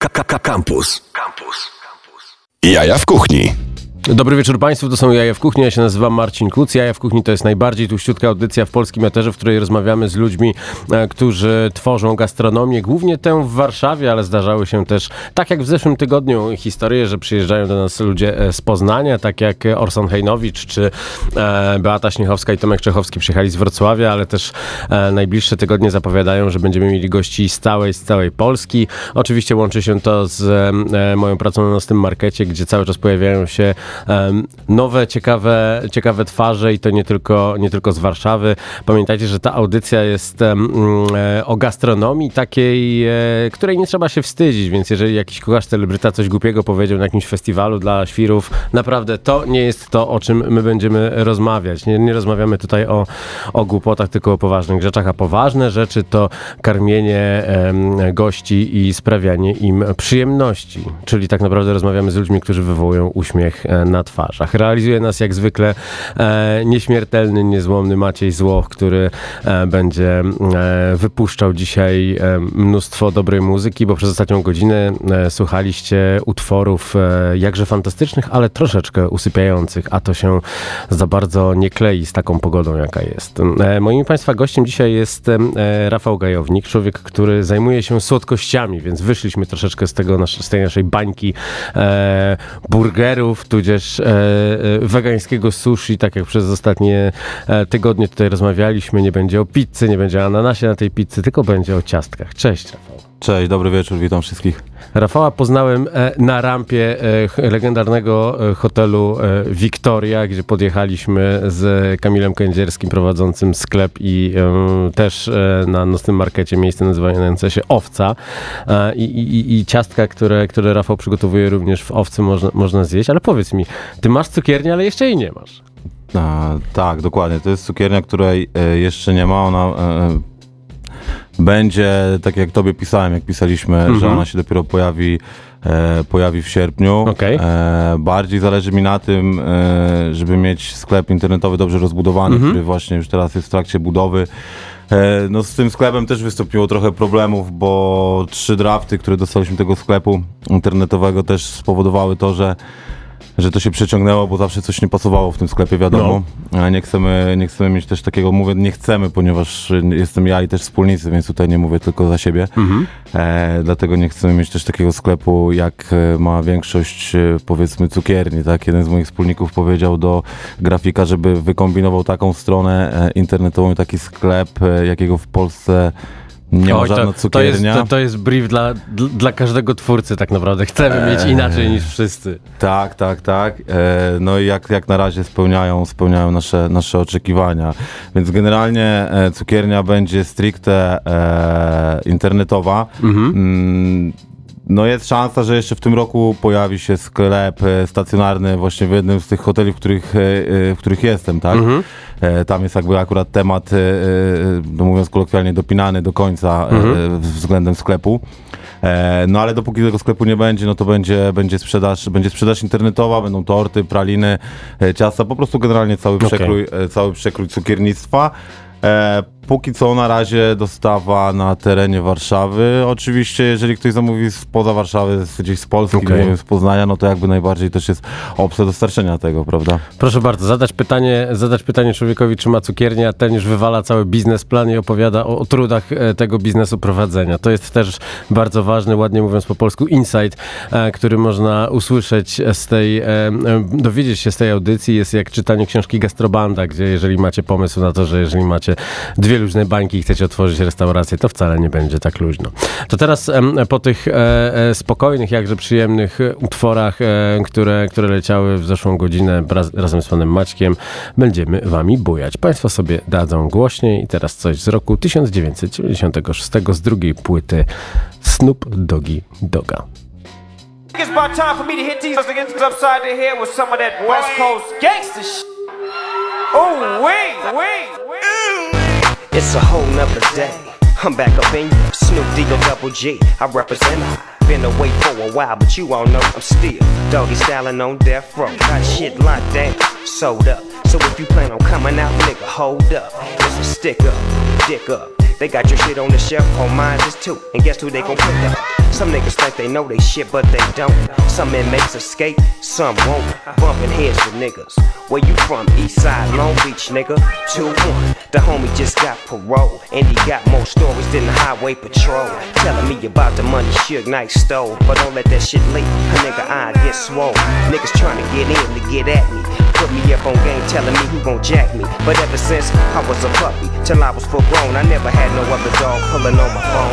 Campus. Jaja w kuchni. Dobry wieczór Państwu, to są Jaja w kuchni, ja się nazywam Marcin Kuc. Jaja w kuchni to jest najbardziej tuściutka audycja w polskim eterze, w której rozmawiamy z ludźmi, którzy tworzą gastronomię, głównie tę w Warszawie, ale zdarzały się też, tak jak w zeszłym tygodniu, historie, że przyjeżdżają do nas ludzie z Poznania, tak jak Orson Hejnowicz, czy Beata Śniechowska i Tomek Czechowski przyjechali z Wrocławia, ale też najbliższe tygodnie zapowiadają, że będziemy mieli gości z całej Polski. Oczywiście łączy się to z moją pracą na Nocnym Markecie, gdzie cały czas pojawiają się nowe, ciekawe twarze i to nie tylko z Warszawy. Pamiętajcie, że ta audycja jest o gastronomii takiej, której nie trzeba się wstydzić, więc jeżeli jakiś kucharz celebryta coś głupiego powiedział na jakimś festiwalu dla świrów, naprawdę to nie jest to, o czym my będziemy rozmawiać. Nie rozmawiamy tutaj o głupotach, tylko o poważnych rzeczach, a poważne rzeczy to karmienie gości i sprawianie im przyjemności, czyli tak naprawdę rozmawiamy z ludźmi, którzy wywołują uśmiech na twarzach. Realizuje nas jak zwykle nieśmiertelny, niezłomny Maciej Złoch, który będzie wypuszczał dzisiaj mnóstwo dobrej muzyki, bo przez ostatnią godzinę słuchaliście utworów jakże fantastycznych, ale troszeczkę usypiających, a to się za bardzo nie klei z taką pogodą, jaka jest. Moim Państwa gościem dzisiaj jest Rafał Gajownik, człowiek, który zajmuje się słodkościami, więc wyszliśmy troszeczkę z tej naszej bańki burgerów, tudzież wegańskiego sushi, tak jak przez ostatnie tygodnie tutaj rozmawialiśmy. Nie będzie o pizzy, nie będzie o ananasie na tej pizzy, tylko będzie o ciastkach. Cześć, Rafał. Cześć, dobry wieczór, witam wszystkich. Rafała poznałem na rampie legendarnego hotelu Victoria, gdzie podjechaliśmy z Kamilem Kędzierskim prowadzącym sklep i też na Nocnym Markecie miejsce nazywające się Owca. I ciastka, które Rafał przygotowuje również w Owcy można zjeść, ale powiedz mi, ty masz cukiernię, ale jeszcze jej nie masz. Tak, dokładnie. To jest cukiernia, której jeszcze nie ma. Ona będzie, tak jak tobie pisałem, jak pisaliśmy, że ona się dopiero pojawi w sierpniu. Okay. Bardziej zależy mi na tym, żeby mieć sklep internetowy dobrze rozbudowany, który właśnie już teraz jest w trakcie budowy. No z tym sklepem też wystąpiło trochę problemów, bo 3 drafty, które dostaliśmy tego sklepu internetowego, też spowodowały to, że to się przeciągnęło, bo zawsze coś nie pasowało w tym sklepie, wiadomo. No. Nie chcemy mieć też takiego, mówię, nie chcemy, ponieważ jestem ja i też wspólnicy, więc tutaj nie mówię tylko za siebie. Dlatego nie chcemy mieć też takiego sklepu, jak ma większość, powiedzmy, cukierni, tak? Jeden z moich wspólników powiedział do grafika, żeby wykombinował taką stronę internetową, taki sklep, jakiego w Polsce nie ma żadna cukiernia. To jest brief dla każdego twórcy tak naprawdę. Chcemy mieć inaczej niż wszyscy. Tak. No i jak na razie spełniają nasze oczekiwania. Więc generalnie cukiernia będzie stricte internetowa. No jest szansa, że jeszcze w tym roku pojawi się sklep stacjonarny właśnie w jednym z tych hoteli, w których jestem, tak? Tam jest jakby akurat temat, mówiąc kolokwialnie, dopinany do końca względem sklepu. No ale dopóki tego sklepu nie będzie, no to będzie sprzedaż internetowa, będą torty, praliny, ciasta, po prostu generalnie cały przekrój cukiernictwa. Póki co na razie dostawa na terenie Warszawy. Oczywiście, jeżeli ktoś zamówi spoza Warszawy, gdzieś z Polski, nie wiem, z Poznania, no to jakby najbardziej też jest opcja dostarczenia tego, prawda? Proszę bardzo, zadać pytanie człowiekowi, czy ma cukiernię, a ten już wywala cały biznesplan i opowiada o trudach tego biznesu prowadzenia. To jest też bardzo ważny, ładnie mówiąc po polsku, insight, który można usłyszeć dowiedzieć się z tej audycji, jest jak czytanie książki Gastrobanda, gdzie jeżeli macie pomysł na to, że jeżeli macie 2 luźne bańki i chcecie otworzyć restaurację, to wcale nie będzie tak luźno. To teraz po tych spokojnych, jakże przyjemnych utworach, które leciały w zeszłą godzinę razem z panem Maćkiem, będziemy wami bujać. Państwo sobie dadzą głośniej i teraz coś z roku 1996 z drugiej płyty Snoop Doggy Dogga. It's about time for me to hit these upside the head with some of that West Coast gangster shit. Oh, wait. It's a whole nother day. I'm back up in you, Snoop D-O double G. I represent. Been away for a while, but you all know I'm still doggy styling on death row. Got shit locked down, sold up. So if you plan on coming out, nigga, hold up. It's a stick up, dick up. They got your shit on the shelf, on mine is too. And guess who they gon' put up? Some niggas think they know they shit, but they don't. Some inmates escape, some won't. Bumping heads with niggas. Where you from? East Side, Long Beach, nigga. 2-1. The homie just got parole, and he got more stories than the highway patrol. Telling me about the money Suge Knight stole, but don't let that shit leak. A nigga eye get swole. Niggas trying to get in to get at me. Put me up on game, telling me who gon' jack me. But ever since I was a puppy, till I was full grown, I never had no other dog pulling on my phone.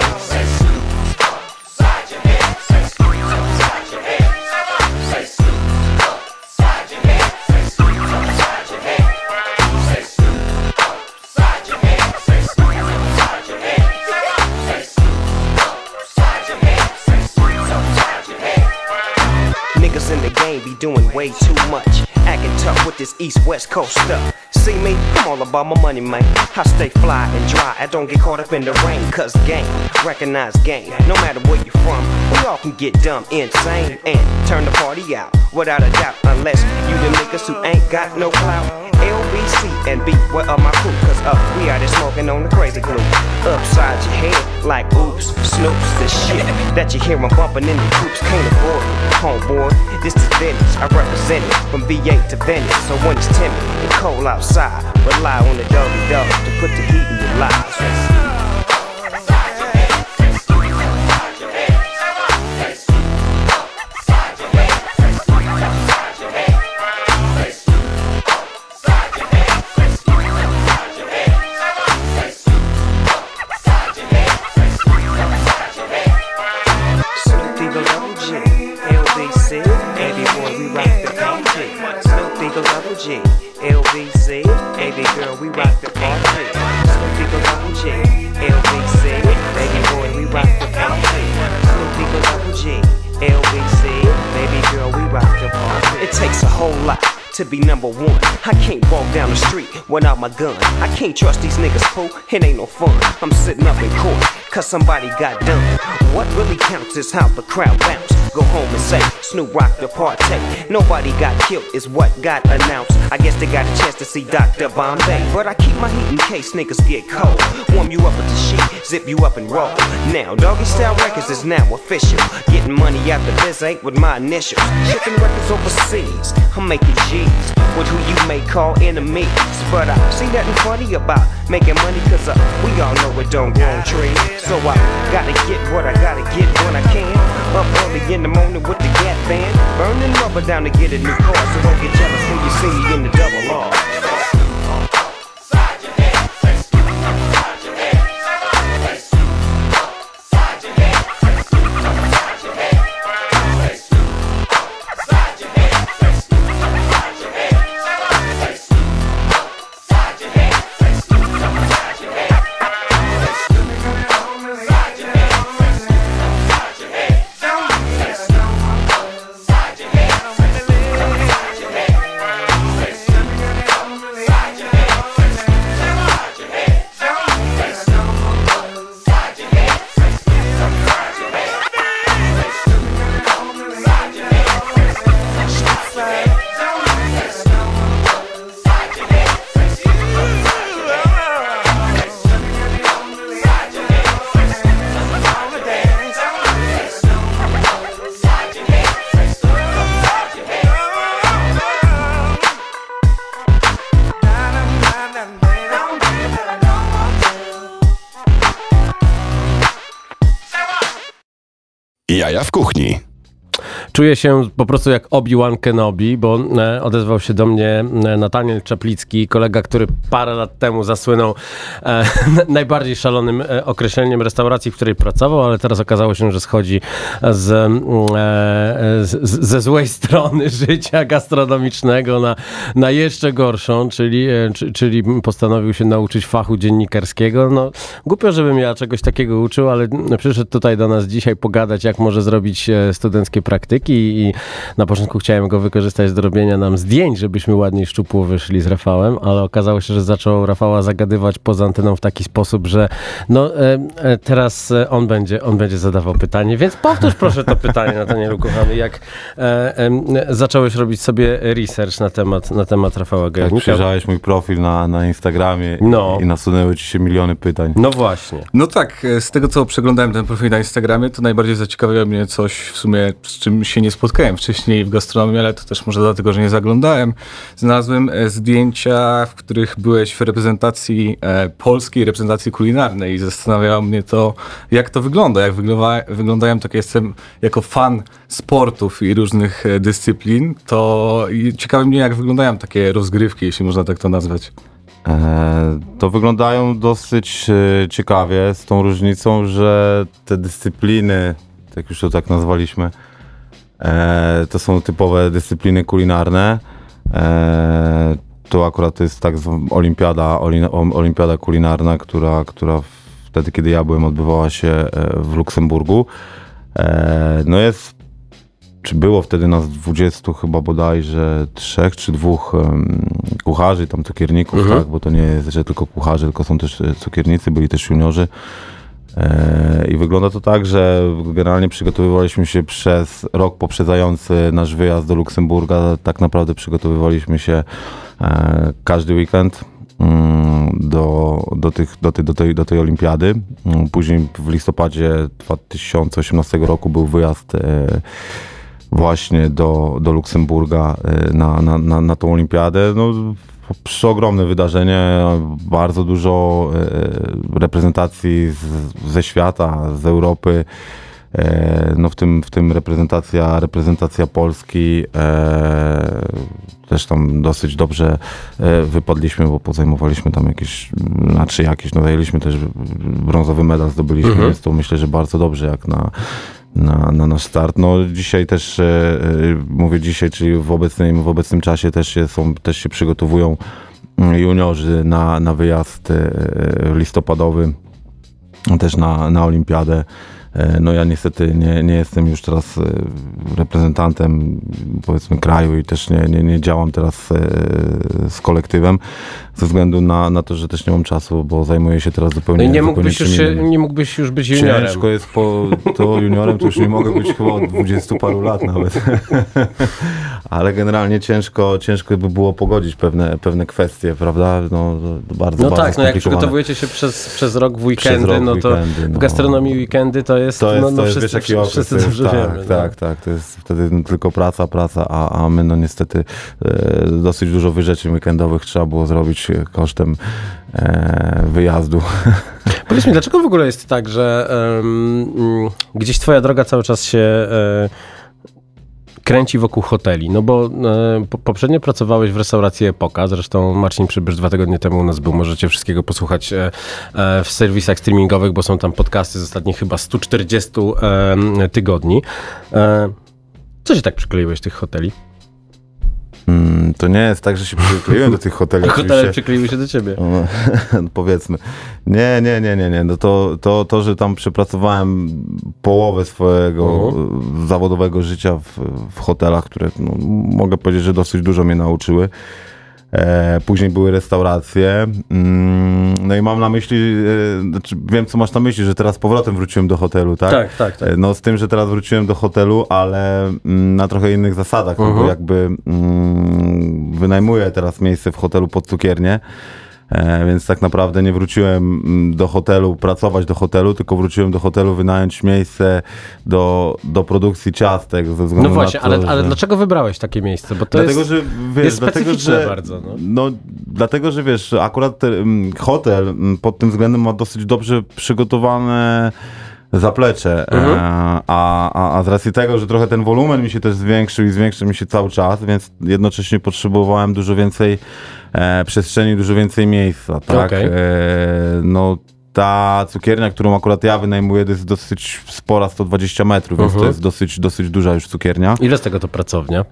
Niggas in the game be doing way too much, acting tough with this East-West Coast stuff. See me? I'm all about my money, man. I stay fly and dry, I don't get caught up in the rain. Cause game, recognize game. No matter where you from, we all can get dumb, insane, and turn the party out, without a doubt. Unless you the niggas who ain't got no clout. LBC and B, where are my crew? Cause we out there smoking on the crazy glue. Upside your head, like oops, snoops, the shit that you hear 'em bumping in the coops. Can't afford it, homeboy, this is Venice. I represent it from V8 to Venice. So when it's timid and cold outside, rely on the doggy dog to put the heat in your lives. LBC, baby girl, we rock the party. Snoopy go double G, LBC, baby boy, we rock the party. Snoopy go double G, LBC, baby girl, we rock the party. It takes a whole lot to be number one. I can't walk down the street without my gun. I can't trust these niggas, fool, it ain't no fun. I'm sitting up in court, cause somebody got done. What really counts is how the crowd bounce. Go home and say, Snoop rock the party. Nobody got killed is what got announced. I guess they got a chance to see Dr. Bombay. But I keep my heat in case niggas get cold. Warm you up with the sheet, zip you up and roll. Now, Doggy Style Records is now official. Getting money out the biz ain't with my initials. Shipping records overseas, I'm making G's with who you may call enemies. But I see nothing funny about making money, cause we all know it don't grow on trees. So I gotta get what I gotta get when I can. Up early in the morning with the Gap band, burning rubber down to get a new car. So don't get jealous when you see me in the double R. Jaja w kuchni. Czuję się po prostu jak Obi-Wan Kenobi, bo odezwał się do mnie Nataniel Czaplicki, kolega, który parę lat temu zasłynął najbardziej szalonym określeniem restauracji, w której pracował, ale teraz okazało się, że schodzi ze złej strony życia gastronomicznego na jeszcze gorszą, czyli postanowił się nauczyć fachu dziennikarskiego. No, głupio, żebym ja czegoś takiego uczył, ale przyszedł tutaj do nas dzisiaj pogadać, jak może zrobić studenckie praktyki. gimnastyki i na początku chciałem go wykorzystać do robienia nam zdjęć, żebyśmy ładniej szczupło wyszli z Rafałem, ale okazało się, że zaczął Rafała zagadywać poza anteną w taki sposób, że teraz on będzie zadawał pytanie, więc powtórz proszę to pytanie, Natanielu kochany, jak zacząłeś robić sobie research na temat Rafała Gajewnika. Jak przyjrzałeś mój profil na Instagramie i nasunęły ci się miliony pytań. No właśnie. No tak, z tego co przeglądałem ten profil na Instagramie, to najbardziej zaciekawiło mnie coś w sumie, z czym się nie spotkałem wcześniej w gastronomii, ale to też może dlatego, że nie zaglądałem. Znalazłem zdjęcia, w których byłeś w reprezentacji polskiej, reprezentacji kulinarnej i zastanawiało mnie to, jak to wygląda, jak wyglądają, tak jestem jako fan sportów i różnych dyscyplin, to ciekawi mnie, jak wyglądają takie rozgrywki, jeśli można tak to nazwać. To wyglądają dosyć ciekawie, z tą różnicą, że te dyscypliny, jak już to tak nazwaliśmy, to są typowe dyscypliny kulinarne. To akurat to jest tak olimpiada kulinarna, która wtedy, kiedy ja byłem, odbywała się w Luksemburgu. No czy było wtedy nas 20 chyba bodajże 3 czy 2 kucharzy, tam cukierników, tak, bo to nie jest, że tylko kucharze, tylko są też cukiernicy, byli też juniorzy. I wygląda to tak, że generalnie przygotowywaliśmy się przez rok poprzedzający nasz wyjazd do Luksemburga. Tak naprawdę przygotowywaliśmy się każdy weekend do tej olimpiady. Później w listopadzie 2018 roku był wyjazd właśnie do Luksemburga na tą olimpiadę. No, przeogromne wydarzenie, bardzo dużo reprezentacji ze świata, z Europy. No w tym reprezentacja Polski. Też tam dosyć dobrze wypadliśmy, bo pozajmowaliśmy tam zajęliśmy też brązowy medal, zdobyliśmy, więc to myślę, że bardzo dobrze jak na nasz start. No dzisiaj też, mówię dzisiaj, czyli w obecnym czasie też się przygotowują juniorzy na wyjazd listopadowy, też na olimpiadę. No ja niestety nie jestem już teraz reprezentantem, powiedzmy, kraju i też nie działam teraz z kolektywem ze względu na to, że też nie mam czasu, bo zajmuję się teraz zupełnie nie mógłbyś już być juniorem. Ciężko jest to juniorem, to już nie mogę być chyba od 20 paru lat nawet. Ale generalnie ciężko by było pogodzić pewne kwestie, prawda? No bardzo tak, no jak przygotowujecie się przez rok w weekendy, w gastronomii weekendy to jest wszyscy dobrze wiemy. Tak, to jest wtedy tylko praca, a my no niestety dosyć dużo wyrzeczeń weekendowych trzeba było zrobić kosztem wyjazdu. Powiedz mi, dlaczego w ogóle jest tak, że gdzieś twoja droga cały czas się kręci wokół hoteli? No bo poprzednio pracowałeś w restauracji Epoka, zresztą Marcin Przybysz 2 tygodnie temu u nas był, możecie wszystkiego posłuchać w serwisach streamingowych, bo są tam podcasty z ostatnich chyba 140 tygodni. Co się tak przykleiłeś tych hoteli? To nie jest tak, że się przykleiłem do tych hoteli. Hotele przykleiły się do ciebie. No, powiedzmy. Nie. No to, że tam przepracowałem połowę swojego zawodowego życia w hotelach, które mogę powiedzieć, że dosyć dużo mnie nauczyły. Później były restauracje. No i mam na myśli, wiem co masz na myśli, że teraz z powrotem wróciłem do hotelu, tak? Tak. No z tym, że teraz wróciłem do hotelu, ale na trochę innych zasadach, no bo jakby wynajmuję teraz miejsce w hotelu pod cukiernię. Więc tak naprawdę nie wróciłem do hotelu, pracować do hotelu, tylko wróciłem do hotelu wynająć miejsce do produkcji ciastek. Ze względu no właśnie, na to, ale dlaczego wybrałeś takie miejsce? Bo to jest specyficzne bardzo. No. Dlatego, że wiesz, akurat hotel pod tym względem ma dosyć dobrze przygotowane zaplecze, a z racji tego, że trochę ten wolumen mi się też zwiększył i zwiększył mi się cały czas, więc jednocześnie potrzebowałem dużo więcej przestrzeni, dużo więcej miejsca, tak? Okay. No ta cukiernia, którą akurat ja wynajmuję, to jest dosyć spora, 120 metrów, więc to jest dosyć duża już cukiernia. Ile z tego to pracownia?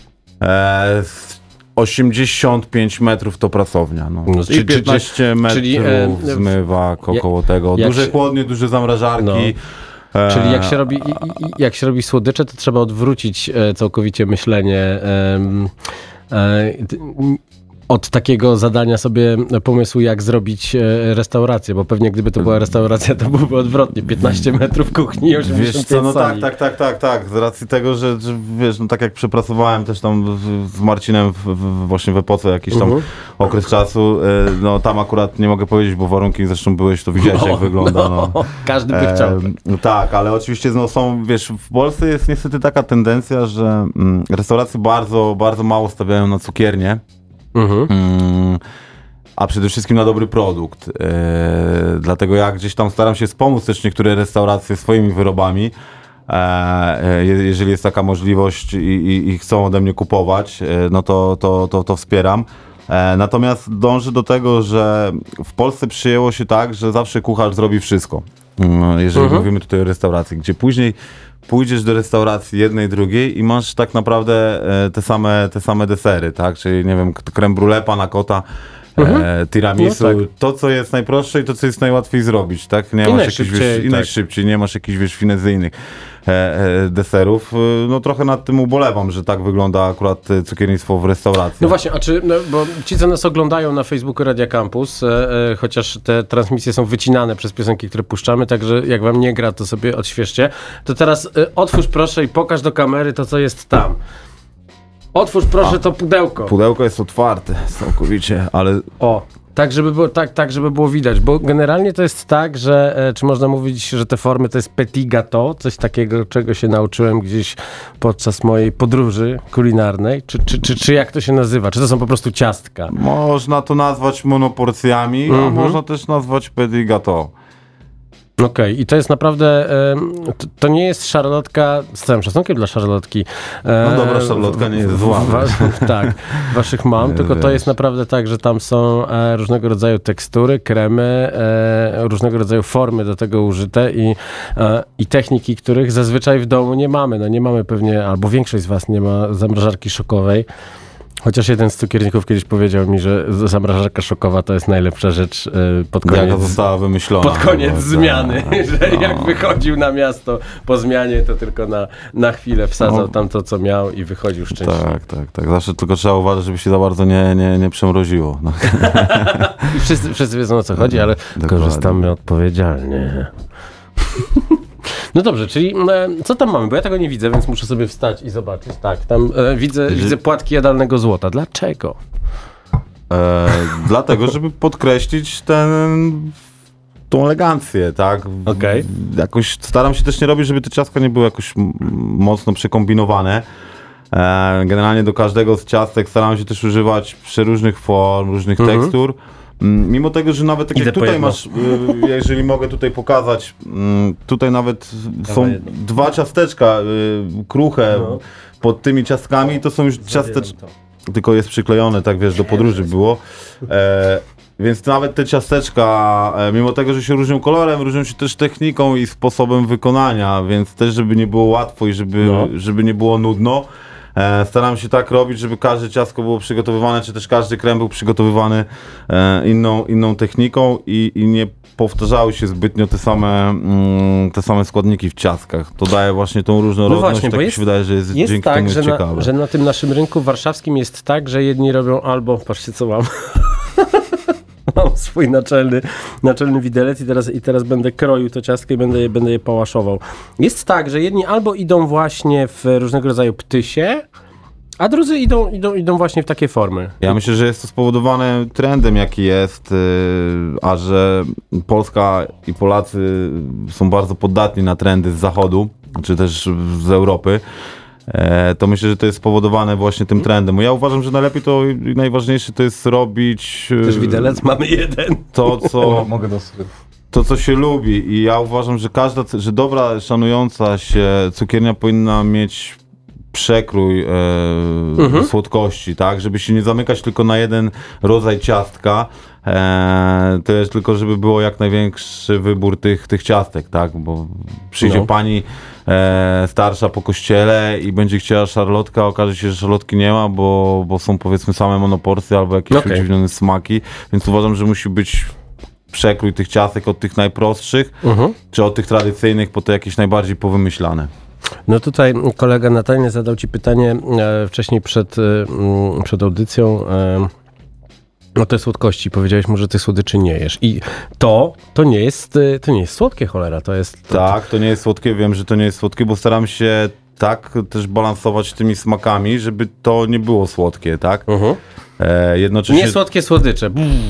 85 metrów to pracownia. No. I 15 metrów zmywak, około tego. Duże chłodnie, duże zamrażarki. Czyli jak się robi słodycze, to trzeba odwrócić całkowicie myślenie od takiego zadania sobie pomysłu, jak zrobić restaurację, bo pewnie gdyby to była restauracja, to byłoby odwrotnie, 15 metrów kuchni i 85 Wiesz co, no sali. tak, z racji tego, że wiesz, no tak jak przepracowałem też tam z Marcinem właśnie w epoce jakiś tam okres czasu, no tam akurat nie mogę powiedzieć, bo warunki zresztą byłeś, to widziałeś jak wygląda. No. Każdy by chciał. Tak, ale oczywiście no, są, wiesz, w Polsce jest niestety taka tendencja, że restauracje bardzo, bardzo mało stawiają na cukiernię. A przede wszystkim na dobry produkt. Dlatego ja gdzieś tam staram się wspomóc też niektóre restauracje swoimi wyrobami, jeżeli jest taka możliwość i chcą ode mnie kupować, no to wspieram. Natomiast dążę do tego, że w Polsce przyjęło się tak, że zawsze kucharz zrobi wszystko. Jeżeli mówimy tutaj o restauracji, gdzie później pójdziesz do restauracji jednej, drugiej i masz tak naprawdę te same desery, tak? Czyli nie wiem, creme brulee, panna cotta, tiramisu, no tak. To co jest najprostsze i to co jest najłatwiej zrobić, tak? Nie masz jakichś, najszybciej, nie masz jakichś, wiesz, finezyjnych deserów. No trochę nad tym ubolewam, że tak wygląda akurat cukiernictwo w restauracji. No właśnie, a czy, no, bo ci, co nas oglądają na Facebooku Radia Campus, chociaż te transmisje są wycinane przez piosenki, które puszczamy, także jak wam nie gra, to sobie odświeżcie. To teraz otwórz proszę i pokaż do kamery to, co jest tam. Otwórz proszę to pudełko. Pudełko jest otwarte całkowicie, ale... O, tak żeby było, tak, żeby było widać, bo generalnie to jest tak, że czy można mówić, że te formy to jest petit gâteau, coś takiego, czego się nauczyłem gdzieś podczas mojej podróży kulinarnej, czy jak to się nazywa? Czy to są po prostu ciastka? Można to nazwać monoporcjami, a można też nazwać petit gâteau. Okej, i to jest naprawdę, to nie jest szarlotka, z całym szacunkiem dla szarlotki. No dobra, szarlotka nie jest zła. Tak, waszych mam, tylko to jest naprawdę tak, że tam są różnego rodzaju tekstury, kremy, różnego rodzaju formy do tego użyte i techniki, których zazwyczaj w domu nie mamy. No nie mamy pewnie, albo większość z was nie ma zamrażarki szokowej. Chociaż jeden z cukierników kiedyś powiedział mi, że zamrażarka szokowa to jest najlepsza rzecz pod koniec. Jaka została wymyślona. Pod koniec zmiany. Że jak wychodził na miasto po zmianie, to tylko na chwilę wsadzał tam to, co miał i wychodził szczęśliwie. Tak. Zawsze tylko trzeba uważać, żeby się za bardzo nie przemroziło. No. I wszyscy wiedzą, o co chodzi, ale korzystamy odpowiedzialnie. No dobrze, czyli co tam mamy? Bo ja tego nie widzę, więc muszę sobie wstać i zobaczyć. Tak, tam widzę płatki jadalnego złota. Dlaczego? Dlatego, żeby podkreślić tą elegancję, tak? Okej. Jakoś staram się też nie robić, żeby te ciastka nie były jakoś mocno przekombinowane. Generalnie do każdego z ciastek staram się też używać przeróżnych form, różnych tekstur. Mimo tego, że nawet tak jak tutaj masz, jeżeli mogę tutaj pokazać, tutaj nawet są dwa ciasteczka kruche pod tymi ciastkami, to są już ciasteczka, tylko jest przyklejone, tak wiesz, do podróży było. Więc nawet te ciasteczka, mimo tego, że się różnią kolorem, różnią się też techniką i sposobem wykonania, więc też żeby nie było łatwo i żeby nie było nudno. Staram się tak robić, żeby każde ciastko było przygotowywane, czy też każdy krem był przygotowywany inną techniką i nie powtarzały się zbytnio te same składniki w ciastkach. To daje właśnie tą różnorodność, no właśnie, tak mi się wydaje, że jest dzięki tak, temu jest ciekawe. Że na tym naszym rynku warszawskim jest tak, że jedni robią albo, patrzcie co mam, mam swój naczelny widelec i teraz będę kroił to ciastko i będę je pałaszował. Jest tak, że jedni albo idą właśnie w różnego rodzaju ptysie, a drudzy idą właśnie w takie formy. Ja myślę, że jest to spowodowane trendem, jaki jest, a że Polska i Polacy są bardzo podatni na trendy z zachodu, czy też z Europy. To myślę, że to jest spowodowane właśnie tym trendem. Ja uważam, że najlepiej to i najważniejsze to jest robić... Też widelec mamy jeden. To, co się lubi. I ja uważam, że dobra, szanująca się cukiernia powinna mieć przekrój słodkości, tak? Żeby się nie zamykać tylko na jeden rodzaj ciastka. To jest tylko, żeby było jak największy wybór tych ciastek, tak? Bo przyjdzie pani starsza po kościele i będzie chciała szarlotkę, a okaże się, że szarlotki nie ma, bo są powiedzmy same monoporcje albo jakieś udziwnione smaki, więc uważam, że musi być przekrój tych ciastek od tych najprostszych, czy od tych tradycyjnych po te jakieś najbardziej powymyślane. No tutaj kolega Natalnie zadał ci pytanie wcześniej przed audycją o te słodkości. Powiedziałeś mu, że ty słodyczy nie jesz. I to nie jest słodkie, cholera. To jest... Tak, to nie jest słodkie. Wiem, że to nie jest słodkie, bo staram się tak też balansować tymi smakami, żeby to nie było słodkie, tak? Jednocześnie... Nie słodkie słodycze.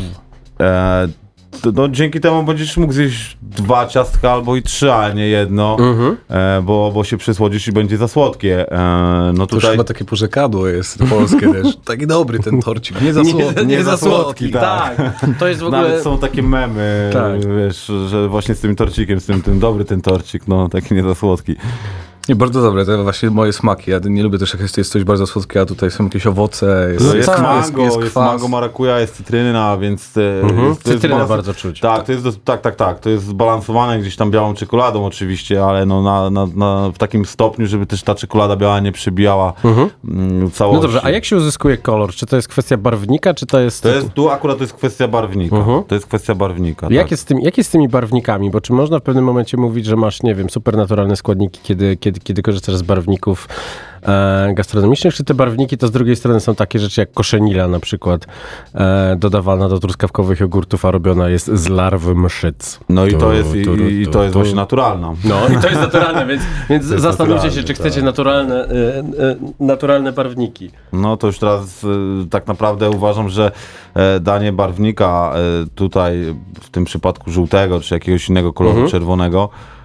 No, dzięki temu będziesz mógł zjeść 2 ciastka albo i 3, a nie jedno, bo się przysłodzisz i będzie za słodkie. No To tutaj... chyba takie porzekadło jest polskie też. Taki dobry ten torcik, nie za słodki. Nie za słodki, tak. To jest w ogóle... Nawet są takie memy, wiesz, że właśnie z tym torcikiem, z tym dobry ten torcik, no taki nie za słodki. Nie, bardzo dobre, to właśnie moje smaki. Ja nie lubię też, jak jest coś bardzo słodkie, a tutaj są jakieś owoce, jest mango, jest kwas. mango, marakuja, jest cytryna, więc... Cytrynę bardzo czuć. Tak, to jest to jest zbalansowane gdzieś tam białą czekoladą oczywiście, ale no w takim stopniu, żeby też ta czekolada biała nie przebijała całości. No dobrze, a jak się uzyskuje kolor? Czy to jest kwestia barwnika, czy to jest... Tu akurat to jest kwestia barwnika. To jest kwestia barwnika. Jak Tak. jest z tymi barwnikami? Bo czy można w pewnym momencie mówić, że masz, nie wiem, supernaturalne składniki, kiedy korzystasz z barwników gastronomicznych, czy te barwniki to z drugiej strony są takie rzeczy jak koszenila na przykład dodawana do truskawkowych jogurtów, a robiona jest z larw mszyc. No i to jest właśnie naturalna. No i to jest naturalne, więc zastanówcie się, czy chcecie naturalne barwniki. No to już teraz tak naprawdę uważam, że danie barwnika tutaj w tym przypadku żółtego, czy jakiegoś innego koloru czerwonego,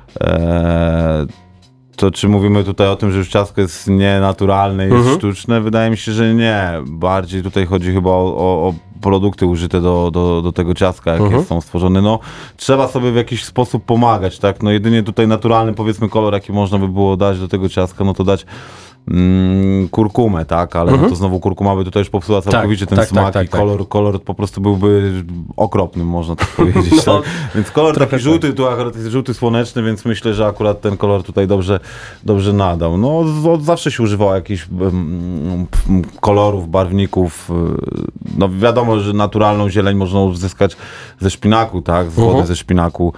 to czy mówimy tutaj o tym, że już ciastko jest nienaturalne, jest sztuczne? Wydaje mi się, że nie. Bardziej tutaj chodzi chyba o produkty użyte do tego ciastka, jakie są stworzone. No, trzeba sobie w jakiś sposób pomagać, tak? No jedynie tutaj naturalny, powiedzmy, kolor, jaki można by było dać do tego ciastka, no to dać kurkumę, tak? Ale no to znowu kurkuma by tutaj już popsuła całkowicie ten smak i kolor po prostu byłby okropny, można tak powiedzieć. Tak? Więc kolor taki żółty, tu akurat jest żółty słoneczny, więc myślę, że akurat ten kolor tutaj dobrze nadał. No od zawsze się używało jakichś kolorów, barwników. No wiadomo, że naturalną zieleń można uzyskać ze szpinaku, tak? Z wody ze szpinaku.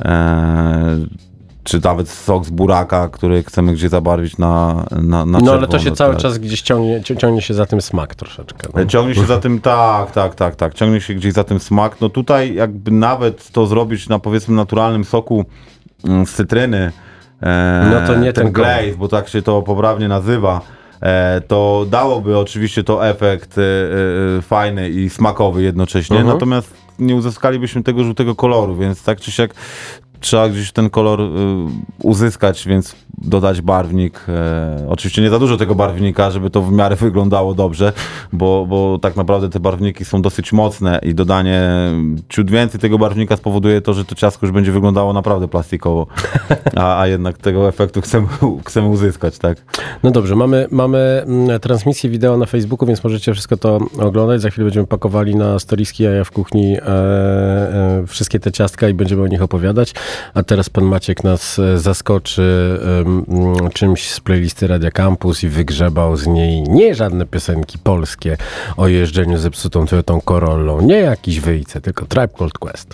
Czy nawet sok z buraka, który chcemy gdzieś zabarwić na czerwono. No ale to się cały czas gdzieś ciągnie się za tym smak troszeczkę. No. Ciągnie się za tym, tak. Ciągnie się gdzieś za tym smak. No tutaj jakby nawet to zrobić na, powiedzmy, naturalnym soku z cytryny, no to nie ten glaze, bo tak się to poprawnie nazywa, to dałoby oczywiście to efekt fajny i smakowy jednocześnie, natomiast nie uzyskalibyśmy tego żółtego koloru, więc tak czy siak trzeba gdzieś ten kolor uzyskać, więc dodać barwnik. Oczywiście nie za dużo tego barwnika, żeby to w miarę wyglądało dobrze, bo tak naprawdę te barwniki są dosyć mocne i dodanie ciut więcej tego barwnika spowoduje to, że to ciastko już będzie wyglądało naprawdę plastikowo, a jednak tego efektu chcemy uzyskać, tak? No dobrze, mamy transmisję wideo na Facebooku, więc możecie wszystko to oglądać. Za chwilę będziemy pakowali na storiski Jaja w kuchni wszystkie te ciastka i będziemy o nich opowiadać. A teraz pan Maciek nas zaskoczy czymś z playlisty Radia Campus i wygrzebał z niej nie żadne piosenki polskie o jeżdżeniu zepsutą Toyotą Corollą, nie jakiś wyjce, tylko Tribe Called Quest.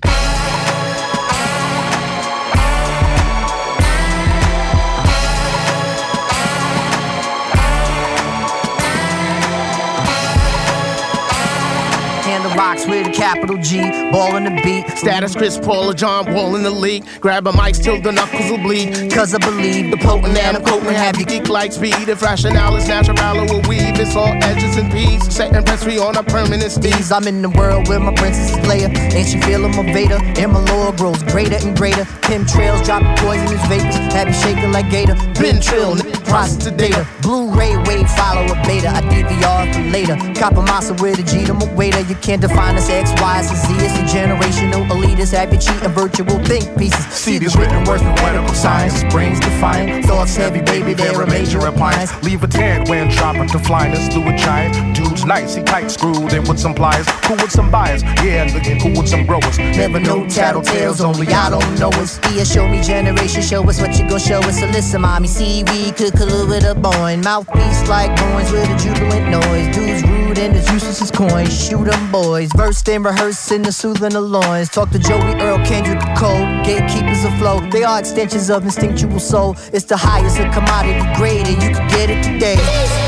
Rocks with a capital G, ball in the beat. Status Chris Paul or John Wall in the league. Grab a mic till the knuckles will bleed. Cause I believe the potent and I'm quoting have you geek like speed. If rationale is natural, will weave. It's all edges and peas. Setting press free on a permanent steez. I'm in the world where my princess is Leia. Ain't she feeling my Vader? And my lore grows greater and greater. Pim trails dropping poisonous vapors. Have you shaking like Gator? Been trill, process the data. Blu-ray wave follow a beta. I DVR for later. Copper massa with a G to my waiter. You can't define us X, Y, and Z. It's a generational elitist. Have you cheating virtual think pieces. See these written words with medical science. Brains defiant. Thoughts heavy, baby, they're a major appliance. Leave a tad when dropping to flyness through a giant. Dude's nice, he tight screwed in with some pliers. Cool with some buyers. Yeah, looking cool with some growers. Never know tattletales, only I don't know us. Yeah, show me generation, show us what you gon' show us. So listen, mommy, see we could collude with a boy. Mouthpiece like coins with a jubilant noise. Dudes rude and as useless as coins. Shoot 'em, boy. boys. Versed and rehearsed in the soothing the loins. Talk to Joey, Earl, Kendrick, Cole. Gatekeepers afloat. They are extensions of instinctual soul. It's the highest of commodity grade, and you can get it today.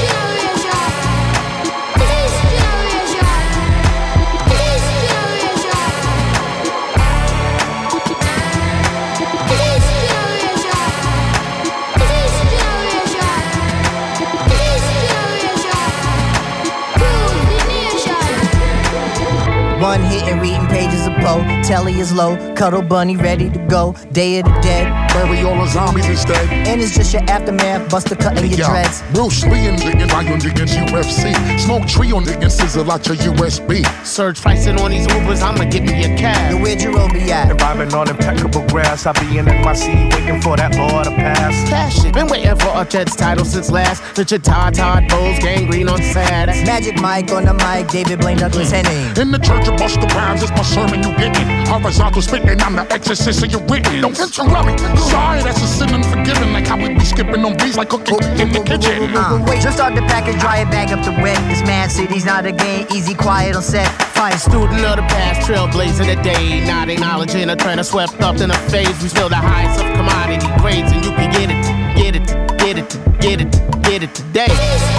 One hit and reading pages of Poe. Telly is low, Cuddle Bunny ready to go. Day of the Dead, bury all the zombies instead. And it's just your aftermath, Buster cutting your dreads. Bruce Lee and digging Ryan Diggins UFC. Smoke tree on digging sizzle out your USB. Surge pricing on these Ubers, I'ma get me a cab. Yo, where Jerome be at? If I've been on impeccable grass, I be in NYC waiting for that law to pass. Cash it, been waiting for a Jets title since last. Richard Todd Bowles, gangrene on sad. Magic Mike on the mic, David Blaine, Douglas Henning. In the church of Busta Rhymes, it's my sermon you getting. Horizontal spitting, I'm the exorcist of your written. Don't interrupt me. Sorry, that's a sin unforgiven. Like how we be skipping on beats like cooking in the kitchen. Wait, just start the package, dry it, bag up the wet. This mad city's not a game, easy, quiet on set. Fine student of the past, trailblazing the day. Not acknowledging a trend swept up in a phase. We spill the highest of commodity grades, and you can get it, get it, get it, get it, get it today.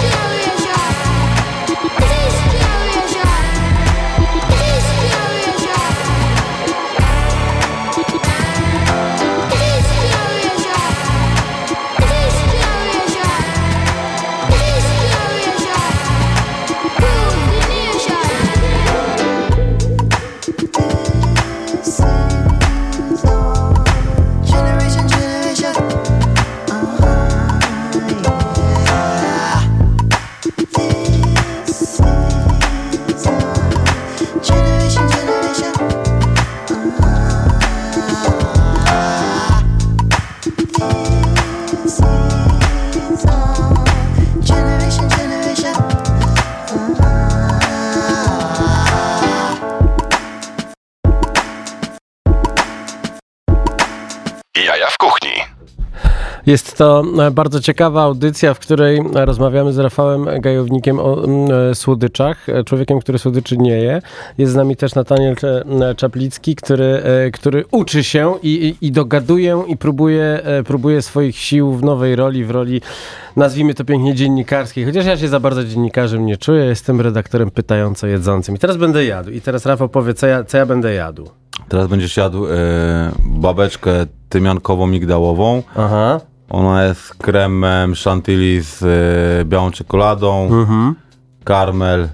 Jaja w kuchni. Jest to bardzo ciekawa audycja, w której rozmawiamy z Rafałem Gajownikiem o słodyczach, człowiekiem, który słodyczy nie je. Jest z nami też Nataniel Czaplicki, który uczy się i dogaduje i próbuje swoich sił w nowej roli, w roli, nazwijmy to pięknie, dziennikarskiej. Chociaż ja się za bardzo dziennikarzem nie czuję, jestem redaktorem pytająco jedzącym. I teraz będę jadł. I teraz Rafał powie, co ja będę jadł. Teraz będziesz jadł babeczkę tymiankowo-migdałową. Aha. Ona jest kremem chantilly z białą czekoladą, karmel.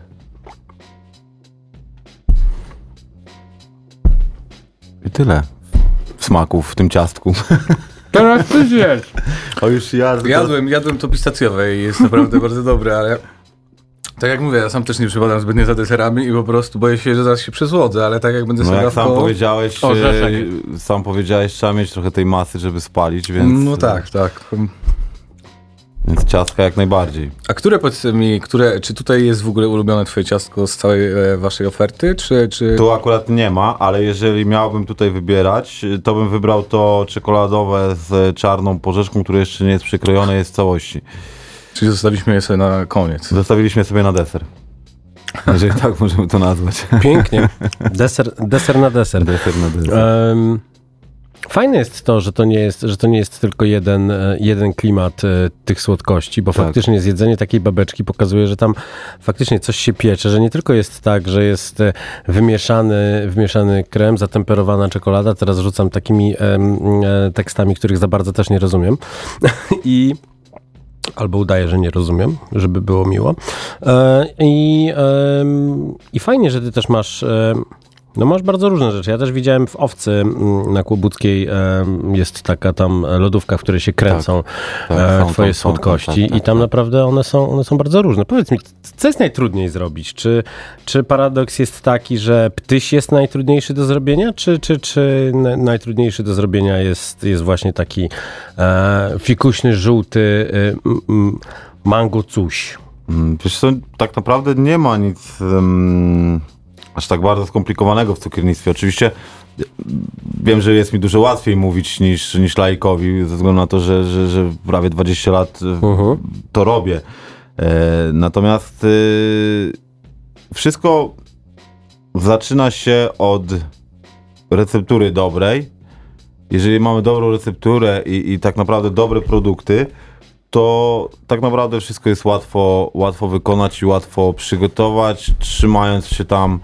I tyle smaków w tym ciastku. Teraz ty zjesz. O, już Jadłem to pistacjowe i jest naprawdę bardzo dobre, ale tak jak mówię, ja sam też nie przypadam zbytnio za deserami i po prostu boję się, że zaraz się przezłodzę, ale tak jak będę sobie jak sam powiedziałeś, trzeba mieć trochę tej masy, żeby spalić, więc... No tak. Więc ciastka jak najbardziej. A powiedz mi, czy tutaj jest w ogóle ulubione twoje ciastko z całej waszej oferty, czy... Tu akurat nie ma, ale jeżeli miałbym tutaj wybierać, to bym wybrał to czekoladowe z czarną porzeczką, które jeszcze nie jest przykrojone, jest w całości. Czyli zostawiliśmy je sobie na koniec. Zostawiliśmy sobie na deser. Jeżeli tak możemy to nazwać. Pięknie. Deser na deser. Fajne jest to, że to nie jest tylko jeden klimat tych słodkości, bo faktycznie zjedzenie takiej babeczki pokazuje, że tam faktycznie coś się piecze, że nie tylko jest tak, że jest wymieszany krem, zatemperowana czekolada, teraz rzucam takimi tekstami, których za bardzo też nie rozumiem albo udaję, że nie rozumiem, żeby było miło. I fajnie, że ty też masz bardzo różne rzeczy. Ja też widziałem w Owcy na Kłobuckiej jest taka tam lodówka, w której się kręcą twoje słodkości i tam naprawdę one są bardzo różne. Powiedz mi, co jest najtrudniej zrobić? Czy paradoks jest taki, że ptyś jest najtrudniejszy do zrobienia, czy najtrudniejszy do zrobienia jest właśnie taki fikuśny, żółty mango coś? Wiesz co, tak naprawdę nie ma nic aż tak bardzo skomplikowanego w cukiernictwie. Oczywiście wiem, że jest mi dużo łatwiej mówić niż laikowi, ze względu na to, że prawie 20 lat to robię. Natomiast wszystko zaczyna się od receptury dobrej. Jeżeli mamy dobrą recepturę i tak naprawdę dobre produkty, to tak naprawdę wszystko jest łatwo wykonać i łatwo przygotować, trzymając się tam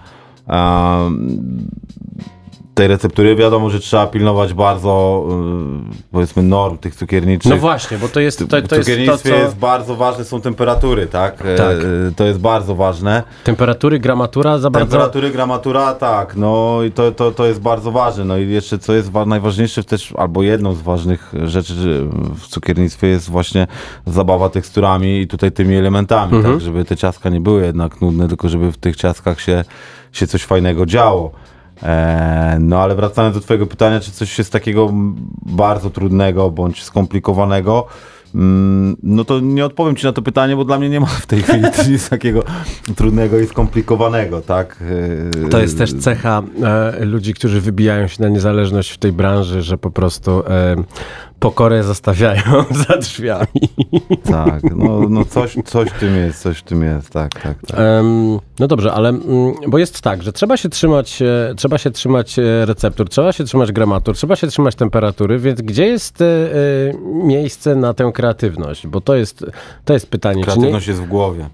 tej receptury. Wiadomo, że trzeba pilnować bardzo, powiedzmy, norm tych cukierniczych. No właśnie, bo to jest w cukiernictwie jest bardzo ważne, są temperatury, tak? Tak. To jest bardzo ważne. Temperatury, gramatura za bardzo... Temperatury, gramatura, tak, no i to jest bardzo ważne. No i jeszcze co jest najważniejsze też, albo jedną z ważnych rzeczy w cukiernictwie jest właśnie zabawa teksturami i tutaj tymi elementami, tak, żeby te ciastka nie były jednak nudne, tylko żeby w tych ciastkach się coś fajnego działo. No ale wracając do twojego pytania, czy coś jest takiego bardzo trudnego bądź skomplikowanego, no to nie odpowiem ci na to pytanie, bo dla mnie nie ma w tej chwili nic takiego trudnego i skomplikowanego, tak? To jest też cecha ludzi, którzy wybijają się na niezależność w tej branży, że po prostu pokorę zostawiają za drzwiami. Tak, no coś w tym jest, tak. No dobrze, ale bo jest tak, że trzeba się trzymać receptur, trzeba się trzymać gramatur, trzeba się trzymać temperatury, więc gdzie jest miejsce na tę kreatywność? Bo to jest pytanie. Kreatywność jest w głowie.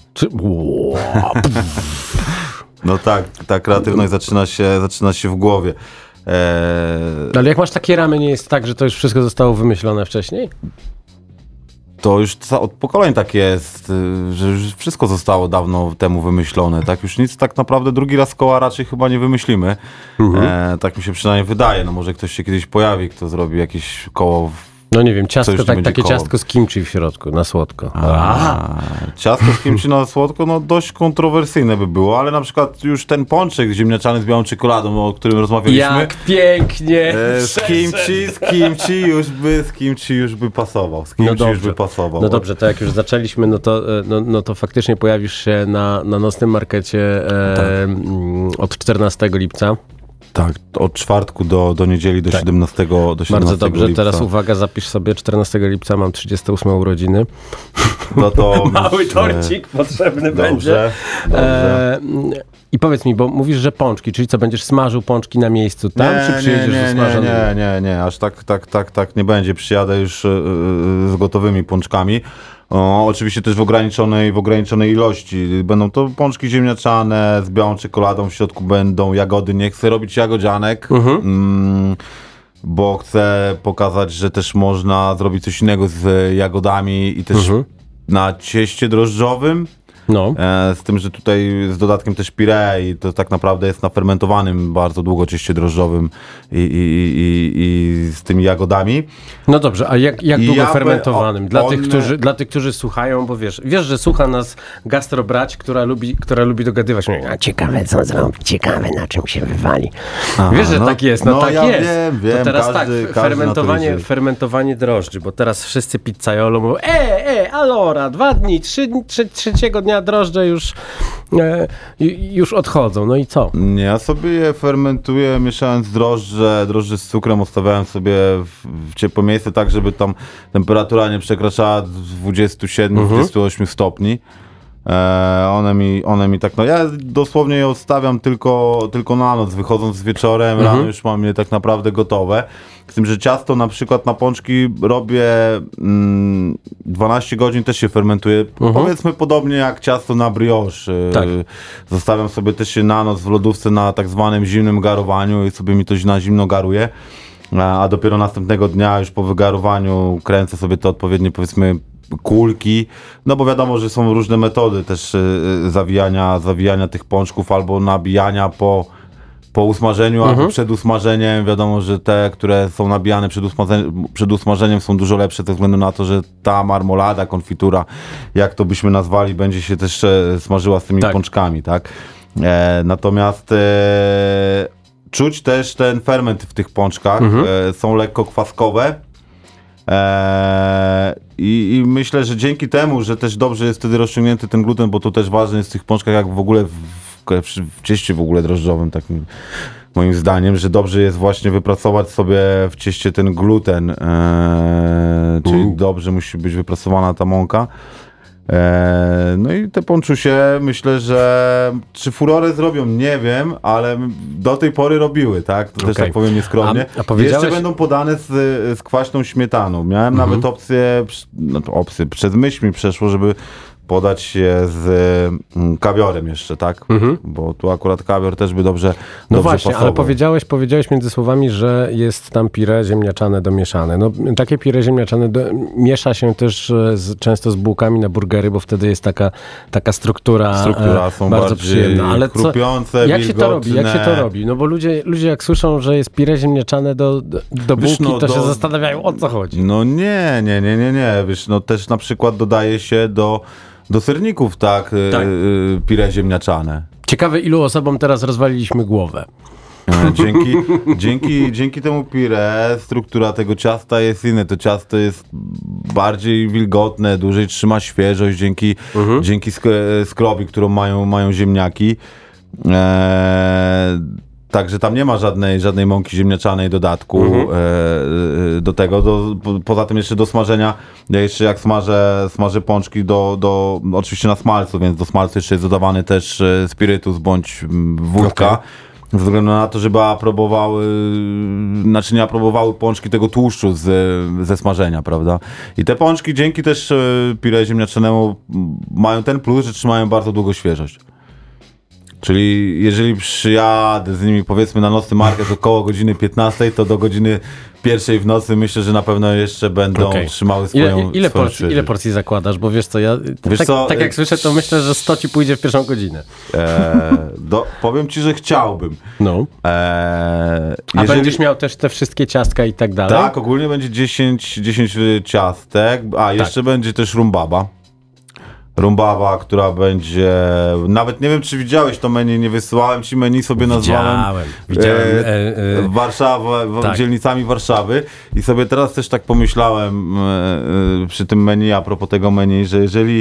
No tak, ta kreatywność zaczyna się w głowie. Ale jak masz takie ramy, nie jest tak, że to już wszystko zostało wymyślone wcześniej? To już od pokoleń tak jest, że już wszystko zostało dawno temu wymyślone. Tak, już nic tak naprawdę drugi raz koła raczej chyba nie wymyślimy. Tak mi się przynajmniej wydaje. No może ktoś się kiedyś pojawi, kto zrobi jakieś koło. No nie wiem, ciastko, takie ciastko z kimchi w środku, na słodko. Ciastko z kimchi na słodko, no dość kontrowersyjne by było, ale na przykład już ten pączek ziemniaczany z białą czekoladą, o którym rozmawialiśmy. Jak pięknie! Z kimchi już by pasował. No dobrze, to jak już zaczęliśmy, no to faktycznie pojawisz się na nocnym markecie od 14 lipca. Tak, od czwartku do niedzieli, do 17 Bardzo dobrze, lipca. Teraz uwaga, zapisz sobie 14 lipca, mam 38 urodziny. No to mały torcik potrzebny dobrze, będzie. I powiedz mi, bo mówisz, że pączki, czyli co, będziesz smażył pączki na miejscu tam, czy przyjedziesz ze smażonym? Nie, aż tak nie będzie. Przyjadę już z gotowymi pączkami. Oczywiście też w ograniczonej ilości. Będą to pączki ziemniaczane z białą czekoladą, w środku będą jagody. Nie chcę robić jagodzianek, bo chcę pokazać, że też można zrobić coś innego z jagodami i też na cieście drożdżowym. No. Z tym, że tutaj z dodatkiem też pire i to tak naprawdę jest na fermentowanym bardzo długo cieście drożdżowym i z tymi jagodami. No dobrze, a jak długo fermentowanym? Dla tych, którzy słuchają, bo wiesz, że słucha nas gastrobrać, która lubi dogadywać. Ciekawe, co zrobić, ciekawe, na czym się wywali. Wiesz, że tak jest, tak ja jest. Wiem, to teraz każdy fermentowanie drożdży, bo teraz wszyscy pizzaiolo mówią, allora, 2 dni, 3 dnia drożdże już odchodzą, no i co? Ja sobie je fermentuję, mieszając drożdże z cukrem, odstawiałem sobie w ciepłe miejsce, tak żeby tam temperatura nie przekraczała 27-28 stopni. One mi tak, ja dosłownie je odstawiam tylko na noc, wychodząc z wieczorem, rano już mam je tak naprawdę gotowe. Z tym, że ciasto na przykład na pączki robię 12 godzin, też się fermentuje. Powiedzmy podobnie jak ciasto na brioche. Tak. Zostawiam sobie też się na noc w lodówce na tak zwanym zimnym garowaniu i sobie mi to na zimno garuje. A dopiero następnego dnia już po wygarowaniu kręcę sobie te odpowiednie, powiedzmy, kulki, no bo wiadomo, że są różne metody też zawijania tych pączków albo nabijania po usmażeniu albo przed usmażeniem. Wiadomo, że te, które są nabijane przed usmażeniem są dużo lepsze ze względu na to, że ta marmolada, konfitura, jak to byśmy nazwali, będzie się też smażyła z tymi pączkami, tak? Natomiast czuć też ten ferment w tych pączkach, są lekko kwaskowe. I myślę, że dzięki temu, że też dobrze jest wtedy rozciągnięty ten gluten, bo to też ważne jest w tych pączkach, jak w ogóle w cieście w ogóle drożdżowym, takim moim zdaniem, że dobrze jest właśnie wypracować sobie w cieście ten gluten, czyli dobrze musi być wypracowana ta mąka. No i te ponczusie, myślę, że czy furorę zrobią, nie wiem, ale do tej pory robiły, tak? To też tak powiem nieskromnie. A powiedziałeś... Jeszcze będą podane z kwaśną śmietaną. Miałem nawet opcję, przez myśl mi przeszło, żeby podać je z kawiorem jeszcze, tak? Bo tu akurat kawior też by dobrze właśnie, pasował. ale powiedziałeś między słowami, że jest tam pire ziemniaczane domieszane. No, takie pire ziemniaczane miesza się też często z bułkami na burgery, bo wtedy jest taka struktura są bardzo przyjemna. Ale chrupiące, jak się to robi? No bo ludzie jak słyszą, że jest pire ziemniaczane do bułki, to się zastanawiają, o co chodzi. No nie. Wiesz, no też na przykład dodaje się do serników, tak. Pire ziemniaczane. Ciekawe, ilu osobom teraz rozwaliliśmy głowę. Dzięki temu pire struktura tego ciasta jest inna. To ciasto jest bardziej wilgotne, dłużej trzyma świeżość dzięki skrobi, którą mają ziemniaki. Także tam nie ma żadnej mąki ziemniaczanej dodatku do tego. Poza tym jeszcze do smażenia, ja jeszcze jak smażę pączki oczywiście na smalcu, więc do smalcu jeszcze jest dodawany też spirytus bądź wódka. Ze względu na to, żeby naczynia aprobowały pączki tego tłuszczu ze smażenia, prawda? I te pączki dzięki też pire ziemniaczanemu mają ten plus, że trzymają bardzo długo świeżość. Czyli jeżeli przyjadę z nimi, powiedzmy, na nocny market około godziny 15, to do godziny 1 w nocy myślę, że na pewno jeszcze będą trzymały swoją Ile porcji zakładasz? Bo wiesz co, tak jak słyszę, to myślę, że 100 ci pójdzie w pierwszą godzinę. Powiem ci, że chciałbym. No. Będziesz miał też te wszystkie ciastka i tak dalej? Tak, ogólnie będzie 10 ciastek, jeszcze będzie też rumbaba, która będzie... Nawet nie wiem, czy widziałeś to menu, nie wysyłałem ci menu, sobie nazwałem. Widziałem. Warszawa, dzielnicami Warszawy i sobie teraz też tak pomyślałem przy tym menu, a propos tego menu, że jeżeli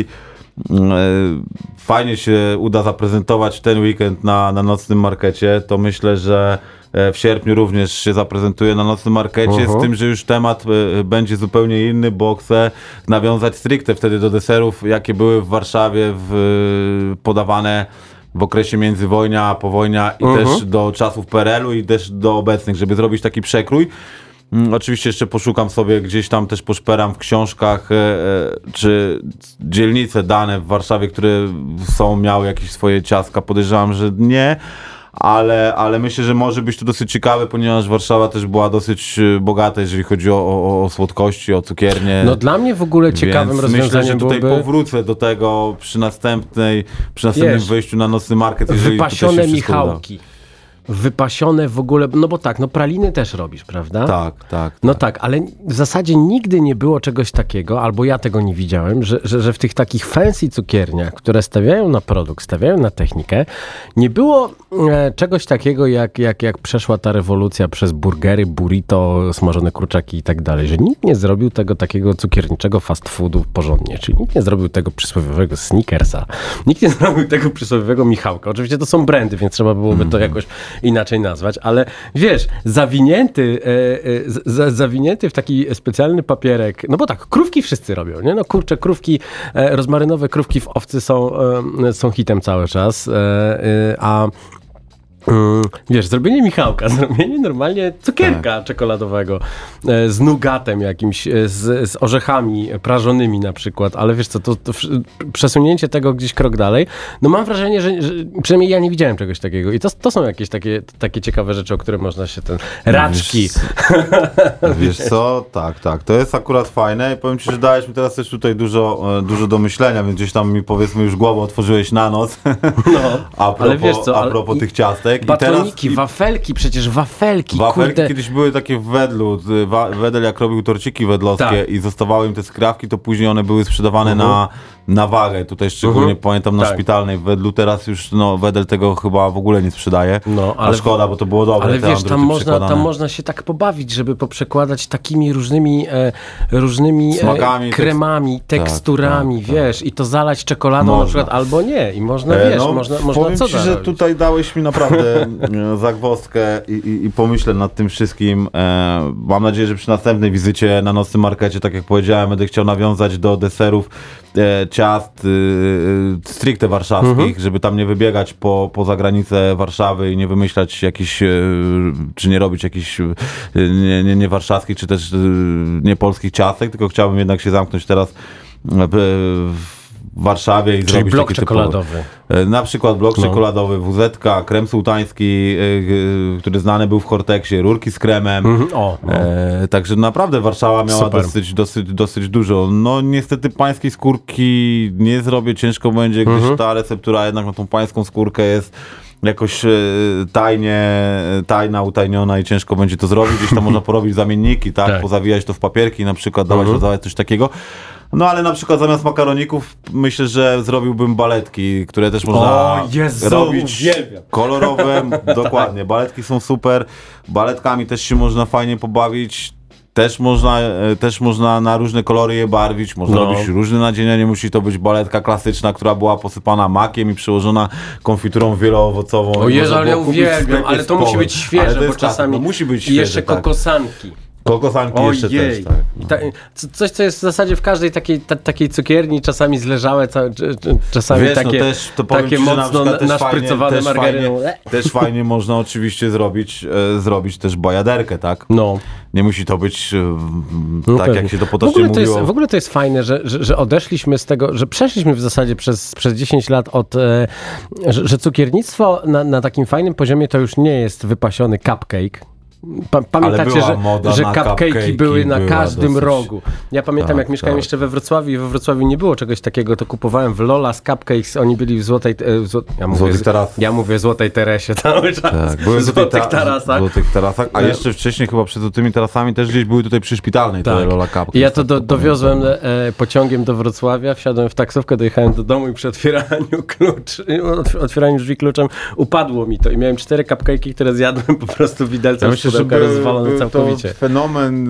fajnie się uda zaprezentować w ten weekend na nocnym markecie, to myślę, że w sierpniu również się zaprezentuje na nocnym markecie, z tym, że już temat będzie zupełnie inny, bo chcę nawiązać stricte wtedy do deserów, jakie były w Warszawie podawane w okresie międzywojnia, powojnia i też do czasów PRL-u i też do obecnych, żeby zrobić taki przekrój. Oczywiście jeszcze poszukam sobie, gdzieś tam też poszperam w książkach, czy dzielnice dane w Warszawie, które miały jakieś swoje ciastka. Podejrzewam, że nie. Ale myślę, że może być to dosyć ciekawe, ponieważ Warszawa też była dosyć bogata, jeżeli chodzi o słodkości, o cukiernię. No dla mnie w ogóle ciekawym rozwiązaniem myślę, że tutaj powrócę do tego przy następnym wejściu na nocny market, jeżeli wypasione Michałki. Wypasione w ogóle, no bo tak, no praliny też robisz, prawda? Tak. No tak, ale w zasadzie nigdy nie było czegoś takiego, albo ja tego nie widziałem, że w tych takich fancy cukierniach, które stawiają na produkt, stawiają na technikę, nie było czegoś takiego, jak przeszła ta rewolucja przez burgery, burrito, smażone kurczaki i tak dalej, że nikt nie zrobił tego takiego cukierniczego fast foodu porządnie, czyli nikt nie zrobił tego przysłowiowego Snickersa, nikt nie zrobił tego przysłowiowego Michałka. Oczywiście to są brandy, więc trzeba byłoby to jakoś inaczej nazwać, ale wiesz, zawinięty w taki specjalny papierek, no bo tak, krówki wszyscy robią, nie? No kurczę, krówki, rozmarynowe krówki w owcy są hitem cały czas, wiesz, zrobienie Michałka, zrobienie normalnie cukierka czekoladowego z nugatem jakimś, z orzechami prażonymi na przykład, ale wiesz co, to przesunięcie tego gdzieś krok dalej, no mam wrażenie, że przynajmniej ja nie widziałem czegoś takiego i to są jakieś takie ciekawe rzeczy, o które można się raczki. Wiesz co, tak, to jest akurat fajne i powiem ci, że dałeś mi teraz też tutaj dużo do myślenia, więc gdzieś tam mi powiedzmy już głowę otworzyłeś na noc, ale wiesz co, a propos tych ciastek. Batoniki, wafelki, przecież wafelki, kurde. Kiedyś były takie w Wedlu, Wedel jak robił torciki wedlowskie i zostawały im te skrawki, to później one były sprzedawane na wagę. Tutaj szczególnie pamiętam na Szpitalnej w Wedlu, teraz już Wedel tego chyba w ogóle nie sprzedaje. A szkoda, bo to było dobre. Ale wiesz, tam można się tak pobawić, żeby poprzekładać takimi różnymi smakami, kremami, teksturami, wiesz, i to zalać czekoladą na przykład, albo nie. I można, wiesz, można powiem ci, że tutaj dałeś mi naprawdę zagwozdkę i pomyślę nad tym wszystkim. Mam nadzieję, że przy następnej wizycie na nocnym markecie, tak jak powiedziałem, będę chciał nawiązać do deserów ciast stricte warszawskich, żeby tam nie wybiegać poza granicę Warszawy i nie wymyślać jakichś, czy nie robić jakichś nie warszawskich, czy też nie polskich ciastek, tylko chciałbym jednak się zamknąć teraz w Warszawie i czyli zrobić blok taki czekoladowy. Na przykład blok czekoladowy, WZ-ka, krem sułtański, który znany był w Horteksie, rurki z kremem. Także naprawdę Warszawa miała dosyć dużo. No niestety pańskiej skórki nie zrobię, ciężko będzie, gdyż ta receptura jednak na tą pańską skórkę jest jakoś tajna, utajniona i ciężko będzie to zrobić. Gdzieś tam można porobić zamienniki, tak? Pozawijać to w papierki, na przykład dawać rozdawać coś takiego. No ale na przykład zamiast makaroników myślę, że zrobiłbym baletki, które też można robić kolorowe. Dokładnie, baletki są super. Baletkami też się można fajnie pobawić. Też można na różne kolory je barwić, można robić różne nadzienia, nie musi to być baletka klasyczna, która była posypana makiem i przyłożona konfiturą wieloowocową. O Jezu, ale ja uwielbiam, ale to musi być świeże, bo czasami musi być świeże, i jeszcze kokosanki. Kokosanki jeszcze też, tak. Coś, co jest w zasadzie w każdej takiej cukierni, czasami zleżałe, czasami wiesz, takie, to takie mocno naszprycowane margaryną. Też fajnie można oczywiście zrobić też bajaderkę, tak? No. Nie musi to być tak, jak się to potocznie mówiło. W ogóle to jest fajne, że odeszliśmy z tego, że przeszliśmy w zasadzie przez 10 lat od, że cukiernictwo na takim fajnym poziomie to już nie jest wypasiony cupcake. Pamiętacie, że cupcake'i były na każdym rogu. Ja pamiętam, jak mieszkałem jeszcze we Wrocławiu i we Wrocławiu nie było czegoś takiego, to kupowałem w Lola's Cupcakes, oni byli w Złotej Złotej Teresie cały czas. Tak, były w Złotych Tarasach. Złotych Tarasach, a jeszcze wcześniej chyba przed tymi tarasami też gdzieś były tutaj przy Szpitalnej te Lola Cupcakes. I ja to dowiozłem pociągiem do Wrocławia, wsiadłem w taksówkę, dojechałem do domu i przy otwieraniu drzwi kluczem upadło mi to i miałem 4 cupcake'i, które zjadłem po prostu widelcem z pudełka rozwalone całkowicie. To fenomen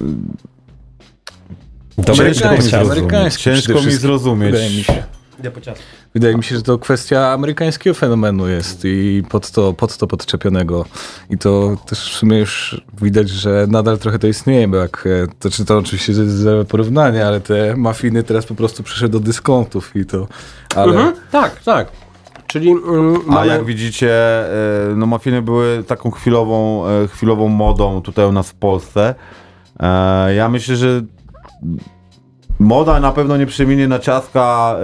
ciężko mi zrozumieć. Wydaje mi się, że to kwestia amerykańskiego fenomenu jest i pod to podczepionego. I to też w sumie już widać, że nadal trochę to istnieje, bo to oczywiście jest złe porównanie, ale te muffiny teraz po prostu przeszły do dyskontów i to, ale... Tak. Czyli, A jak widzicie, no muffiny były taką chwilową modą tutaj u nas w Polsce. Ja myślę, że moda na pewno nie przeminie na ciastka,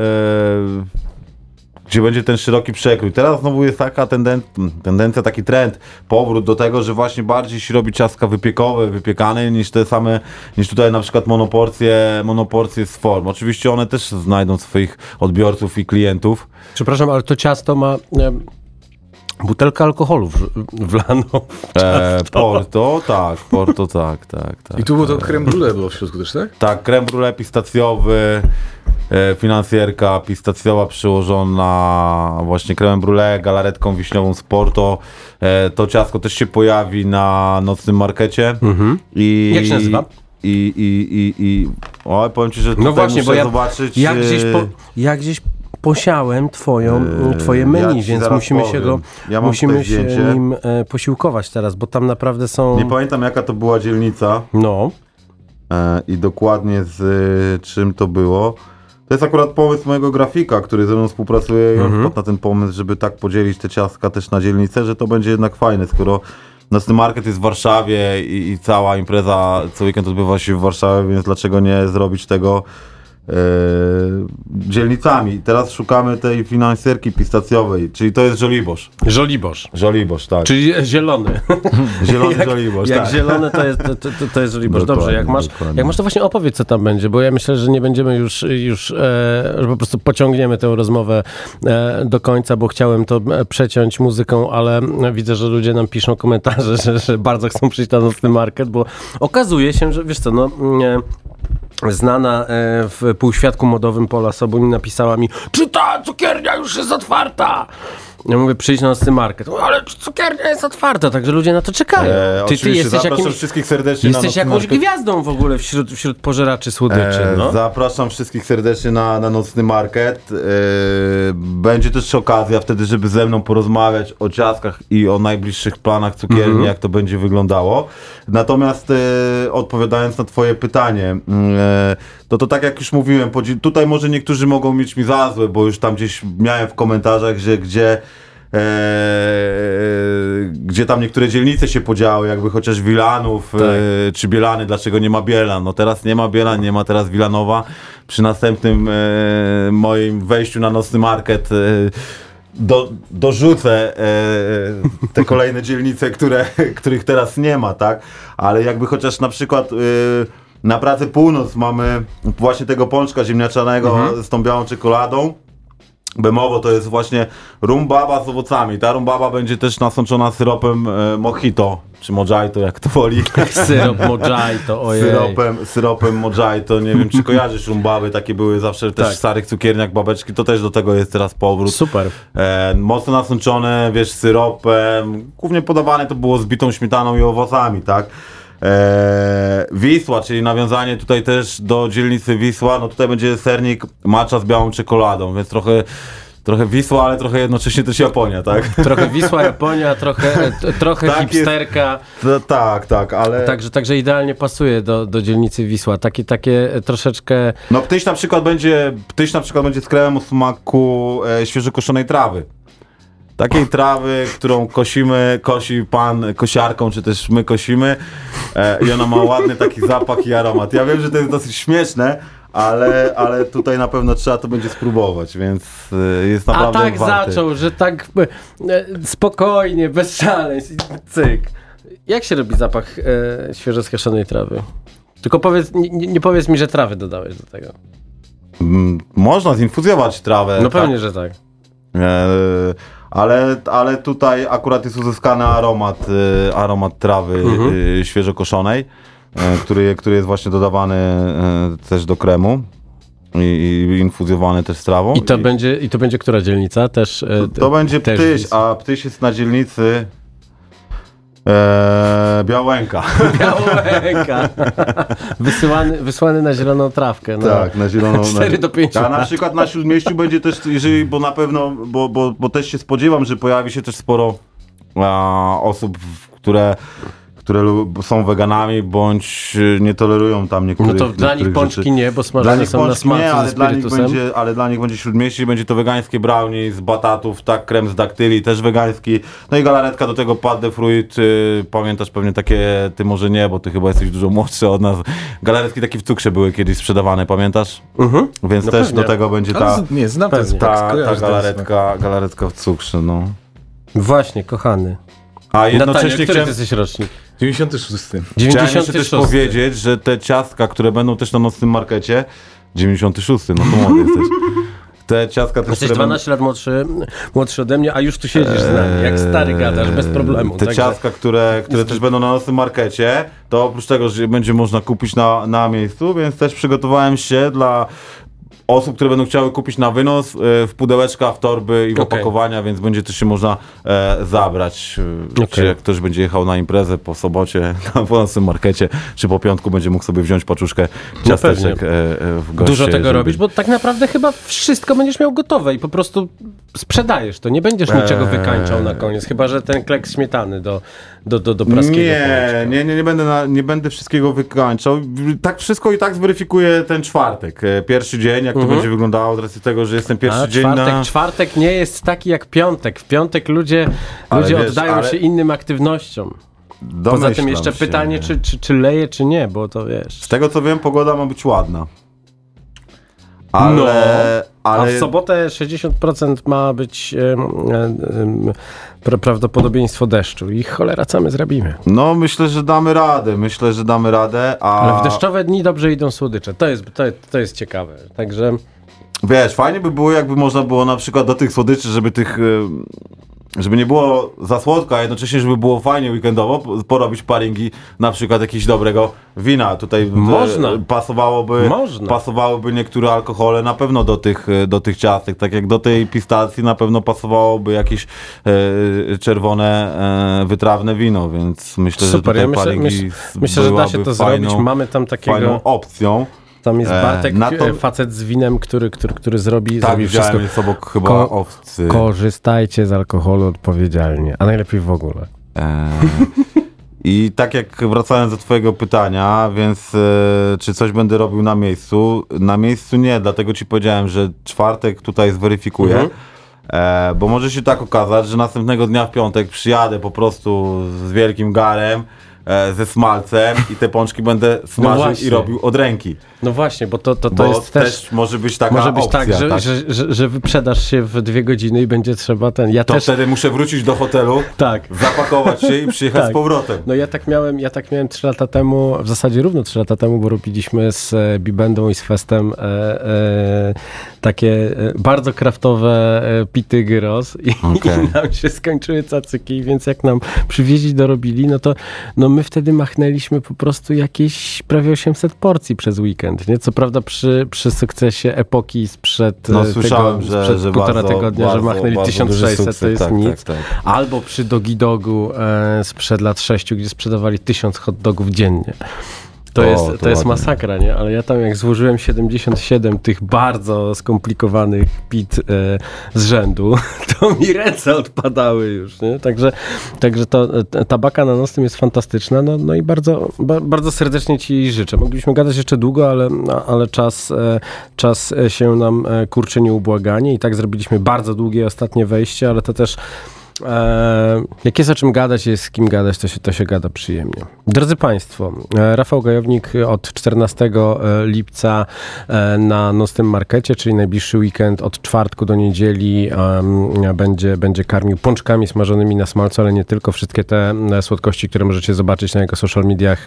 gdzie będzie ten szeroki przekrój. Teraz znowu jest taka tendencja, taki trend, powrót do tego, że właśnie bardziej się robi ciastka wypiekane niż tutaj na przykład monoporcje z form. Oczywiście one też znajdą swoich odbiorców i klientów. Przepraszam, ale to ciasto ma butelkę alkoholu wlaną. Porto, tak. I tu było to crème brûlée było w środku też, tak? Tak, crème brûlée pistacjowy, finansjerka pistacjowa przyłożona właśnie crème brûlée, galaretką wiśniową z Porto. To ciastko też się pojawi na nocnym markecie. Jak się nazywa? Powiem ci, że tutaj muszę zobaczyć. Jak gdzieś posiałem twoje menu, więc musimy się nim posiłkować teraz, bo tam naprawdę są... Nie pamiętam, jaka to była dzielnica. No. I dokładnie z czym to było. To jest akurat pomysł mojego grafika, który ze mną współpracuje i on wpadł na ten pomysł, żeby tak podzielić te ciastka też na dzielnice, że to będzie jednak fajne, skoro nocny market jest w Warszawie i cała impreza co weekend odbywa się w Warszawie, więc dlaczego nie zrobić tego dzielnicami. Teraz szukamy tej finansjerki pistacjowej, czyli to jest żoliborz. Żoliborz, tak. Czyli zielony. Żoliborz, jak tak. zielone to jest żoliborz. Dobrze, jak masz to właśnie opowiedz, co tam będzie, bo ja myślę, że nie będziemy już że po prostu pociągniemy tę rozmowę do końca, bo chciałem to przeciąć muzyką, ale widzę, że ludzie nam piszą komentarze, że bardzo chcą przyjść na nocny market, bo okazuje się, że wiesz co, znana w półświadku modowym Pola Soboń napisała mi, czy ta cukiernia już jest otwarta? Ja mówię, przyjdź na nocny market. Ale cukiernia jest otwarta, także ludzie na to czekają. Ty jesteś wszystkich serdecznie jesteś na jakąś gwiazdą w ogóle wśród pożeraczy słodyczy. Zapraszam wszystkich serdecznie na nocny market. Będzie też okazja wtedy, żeby ze mną porozmawiać o ciastkach i o najbliższych planach cukierni, jak to będzie wyglądało. Natomiast odpowiadając na twoje pytanie, to tak jak już mówiłem, tutaj może niektórzy mogą mieć mi za złe, bo już tam gdzieś miałem w komentarzach, że gdzie tam niektóre dzielnice się podziały, jakby chociaż Wilanów czy Bielany, dlaczego nie ma Bielan? No teraz nie ma Bielan, nie ma teraz Wilanowa. Przy następnym moim wejściu na nocny market dorzucę te kolejne dzielnice, których teraz nie ma, tak? Ale jakby chociaż na przykład na Pracy Północ mamy właśnie tego pączka ziemniaczanego z tą białą czekoladą. Bemowo to jest właśnie rumbaba z owocami. Ta rumbaba będzie też nasączona syropem mojito, czy mojito, jak to woli. Syrop mojito, ojej. Syropem mojito. Nie wiem, czy kojarzysz rumbaby, takie były zawsze też w starych cukierniach, babeczki, to też do tego jest teraz powrót. Super. Mocno nasączone, wiesz, syropem. Głównie podawane to było z bitą śmietaną i owocami, tak? Wisła, czyli nawiązanie tutaj też do dzielnicy Wisła, no tutaj będzie sernik matcha z białą czekoladą, więc trochę Wisła, ale trochę jednocześnie też Japonia, tak? Trochę Wisła, Japonia, trochę tak hipsterka. Tak, ale... Także idealnie pasuje do dzielnicy Wisła. Takie troszeczkę... No ptyś na przykład będzie z kremem o smaku świeżo koszonej trawy. Takiej trawy, którą kosi pan kosiarką, czy też my kosimy i ona ma ładny taki zapach i aromat. Ja wiem, że to jest dosyć śmieszne, ale tutaj na pewno trzeba to będzie spróbować, więc jest naprawdę A tak warte. zaczął, że tak spokojnie, bez szaleństw, cyk. Jak się robi zapach świeżo skoszonej trawy? Tylko nie powiedz mi, że trawy dodałeś do tego. Można zinfuzjować trawę. No pewnie, że tak. Ale tutaj akurat jest uzyskany aromat trawy świeżo koszonej, który jest właśnie dodawany też do kremu i infuzjowany też z trawą. I to będzie która dzielnica? To będzie Ptyś, a Ptyś jest na dzielnicy Białęka. Białęka. Wysłany na zieloną trawkę. No. Tak, na zieloną. 4 do 5 A na przykład na Śródmieściu będzie też, bo na pewno, bo też się spodziewam, że pojawi się też sporo osób, które są weganami, bądź nie tolerują tam niektórych No to dla nich pączki rzeczy. Nie, bo smażone są na smalcu ze spirytusem. Ale dla nich będzie Śródmieście, będzie to wegańskie brownie z batatów, tak, krem z daktyli, też wegański. No i galaretka do tego pas de fruit. Pamiętasz pewnie takie, ty może nie, bo ty chyba jesteś dużo młodszy od nas. Galaretki takie w cukrze były kiedyś sprzedawane, pamiętasz? Więc też pewnie. Do tego będzie ta galaretka w cukrze, no. Właśnie, kochany. A jednocześnie Natalia, który ty jesteś rocznik? 96. Chciałem jeszcze też powiedzieć, że te ciastka, które będą też na nocnym markecie, 96, no to młody jesteś. Te ciastka też... Jesteś 12 lat młodszy ode mnie, a już tu siedzisz z nami, jak stary gadasz, bez problemu. Te ciastka, które też będą na nocnym markecie, to oprócz tego, że będzie można kupić na miejscu, więc też przygotowałem się dla osób, które będą chciały kupić na wynos w pudełeczka, w torby i w opakowania, więc będzie też się można zabrać. Czy jak ktoś będzie jechał na imprezę po sobocie, po nocnym markecie, czy po piątku będzie mógł sobie wziąć paczuszkę ciasteczek w goście. Dużo tego robisz, bo tak naprawdę chyba wszystko będziesz miał gotowe i po prostu sprzedajesz to. Nie będziesz niczego wykańczał na koniec, chyba że ten kleks śmietany do praskiego. Nie będę wszystkiego wykańczał. Tak wszystko i tak zweryfikuję ten czwartek. Pierwszy dzień, jak to będzie wyglądało z racji tego, że jestem pierwszy dzień Czwartek nie jest taki jak piątek. W piątek ludzie oddają się innym aktywnościom. Poza tym jeszcze pytanie, czy leje, czy nie, bo to wiesz. Z tego co wiem, pogoda ma być ładna. Ale a w sobotę 60% ma być prawdopodobieństwo deszczu i cholera, co my zrobimy? No myślę, że damy radę. Ale w deszczowe dni dobrze idą słodycze. To jest ciekawe. Także... Wiesz, fajnie by było, jakby można było na przykład do tych słodyczy, żeby tych żeby nie było za słodko, a jednocześnie, żeby było fajnie weekendowo, porobić paringi na przykład jakiegoś dobrego wina. Tutaj pasowałoby niektóre alkohole na pewno do tych ciastek, tak jak do tej pistacji na pewno pasowałoby jakieś czerwone, wytrawne wino, więc myślę, super, że tutaj paringi myślę, że da się to zrobić. Mamy tam takiego... fajną opcją. Tam jest Bartek, facet z winem, który zrobi wszystko. Jest obok chyba owcy. Korzystajcie z alkoholu odpowiedzialnie, a najlepiej w ogóle. I tak jak wracając do twojego pytania, więc czy coś będę robił na miejscu? Na miejscu nie, dlatego ci powiedziałem, że czwartek tutaj zweryfikuję. Bo może się tak okazać, że następnego dnia w piątek przyjadę po z wielkim garem, ze smalcem i te pączki będę smażył i robił od ręki. No właśnie, bo to jest też może być taka opcja. Że wyprzedasz się w 2 godziny i będzie trzeba wtedy muszę wrócić do hotelu, zapakować się i przyjechać z powrotem. No ja tak miałem 3 lata temu, w zasadzie równo 3 lata temu, bo robiliśmy z Bibendą i z Festem takie bardzo kraftowe pity gyros i nam się skończyły cacyki, więc jak nam przywieźli, dorobili, no my wtedy machnęliśmy po prostu jakieś prawie 800 porcji przez weekend, nie? Co prawda przy sukcesie epoki sprzed sprzed półtora tygodnia, że machnęli 1600, to jest nic. Tak. Albo przy Dogi Dogu sprzed lat 6, gdzie sprzedawali 1000 hot dogów dziennie. To jest masakra, nie? Ale ja tam jak złożyłem 77 tych bardzo skomplikowanych pit z rzędu, to mi ręce odpadały już, nie? Także ta baka na Nostym jest fantastyczna, no i bardzo serdecznie ci jej życzę. Moglibyśmy gadać jeszcze długo, ale czas się nam kurczy nieubłaganie i tak zrobiliśmy bardzo długie ostatnie wejście, ale to też jak jest o czym gadać, jest z kim gadać, to się gada przyjemnie. Drodzy Państwo, Rafał Gajownik od 14 lipca na Nostym Markecie, czyli najbliższy weekend od czwartku do niedzieli będzie karmił pączkami smażonymi na smalcu, ale nie tylko. Wszystkie te słodkości, które możecie zobaczyć na jego social mediach,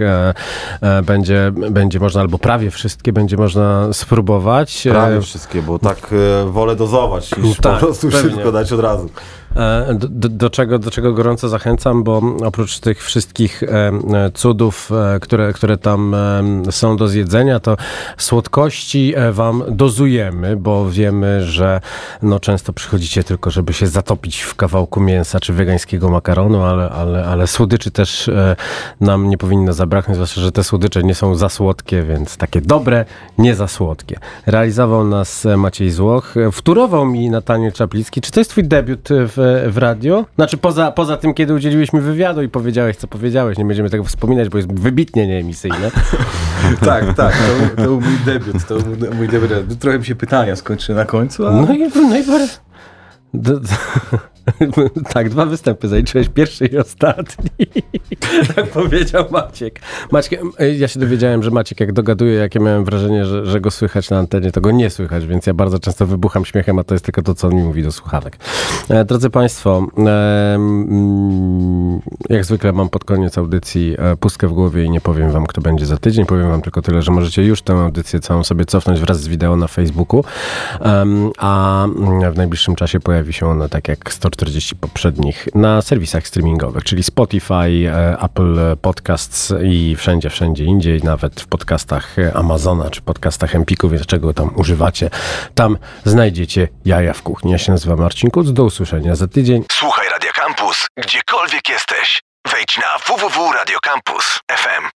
będzie można, albo prawie wszystkie będzie można spróbować. Prawie wszystkie, bo tak wolę dozować niż po prostu szybko dać od razu. Do czego gorąco zachęcam, bo oprócz tych wszystkich cudów, które tam są do zjedzenia, to słodkości wam dozujemy, bo wiemy, że często przychodzicie tylko, żeby się zatopić w kawałku mięsa czy wegańskiego makaronu, ale słodyczy też nam nie powinno zabraknąć, zwłaszcza, że te słodycze nie są za słodkie, więc takie dobre, nie za słodkie. Realizował nas Maciej Złoch, wtórował mi Nataniel Czaplicki. Czy to jest twój debiut w radio? Znaczy poza tym, kiedy udzieliłeś mi wywiadu i powiedziałeś, co powiedziałeś. Nie będziemy tego wspominać, bo jest wybitnie nieemisyjne. Tak. To był mój debiut. Trochę mi się pytania skończyły na końcu. Ale... No i tak, 2 występy zaliczyłeś, pierwszy i ostatni. Tak powiedział Maciek. Ja się dowiedziałem, że Maciek jak dogaduje, jakie miałem wrażenie, że go słychać na antenie, to go nie słychać, więc ja bardzo często wybucham śmiechem, a to jest tylko to, co on mi mówi do słuchawek. Drodzy Państwo, jak zwykle mam pod koniec audycji pustkę w głowie i nie powiem wam, kto będzie za tydzień. Powiem wam tylko tyle, że możecie już tę audycję całą sobie cofnąć wraz z wideo na Facebooku, a w najbliższym czasie pojawi się ona, tak jak 140 poprzednich, na serwisach streamingowych, czyli Spotify, Apple Podcasts i wszędzie indziej, nawet w podcastach Amazona czy podcastach Empiku, więc czego tam używacie, tam znajdziecie Jaja w Kuchni. Ja się nazywam Marcin Kuc, do usłyszenia za tydzień. Słuchaj Radia Campus, gdziekolwiek jesteś. Wejdź na www.radiocampus.fm.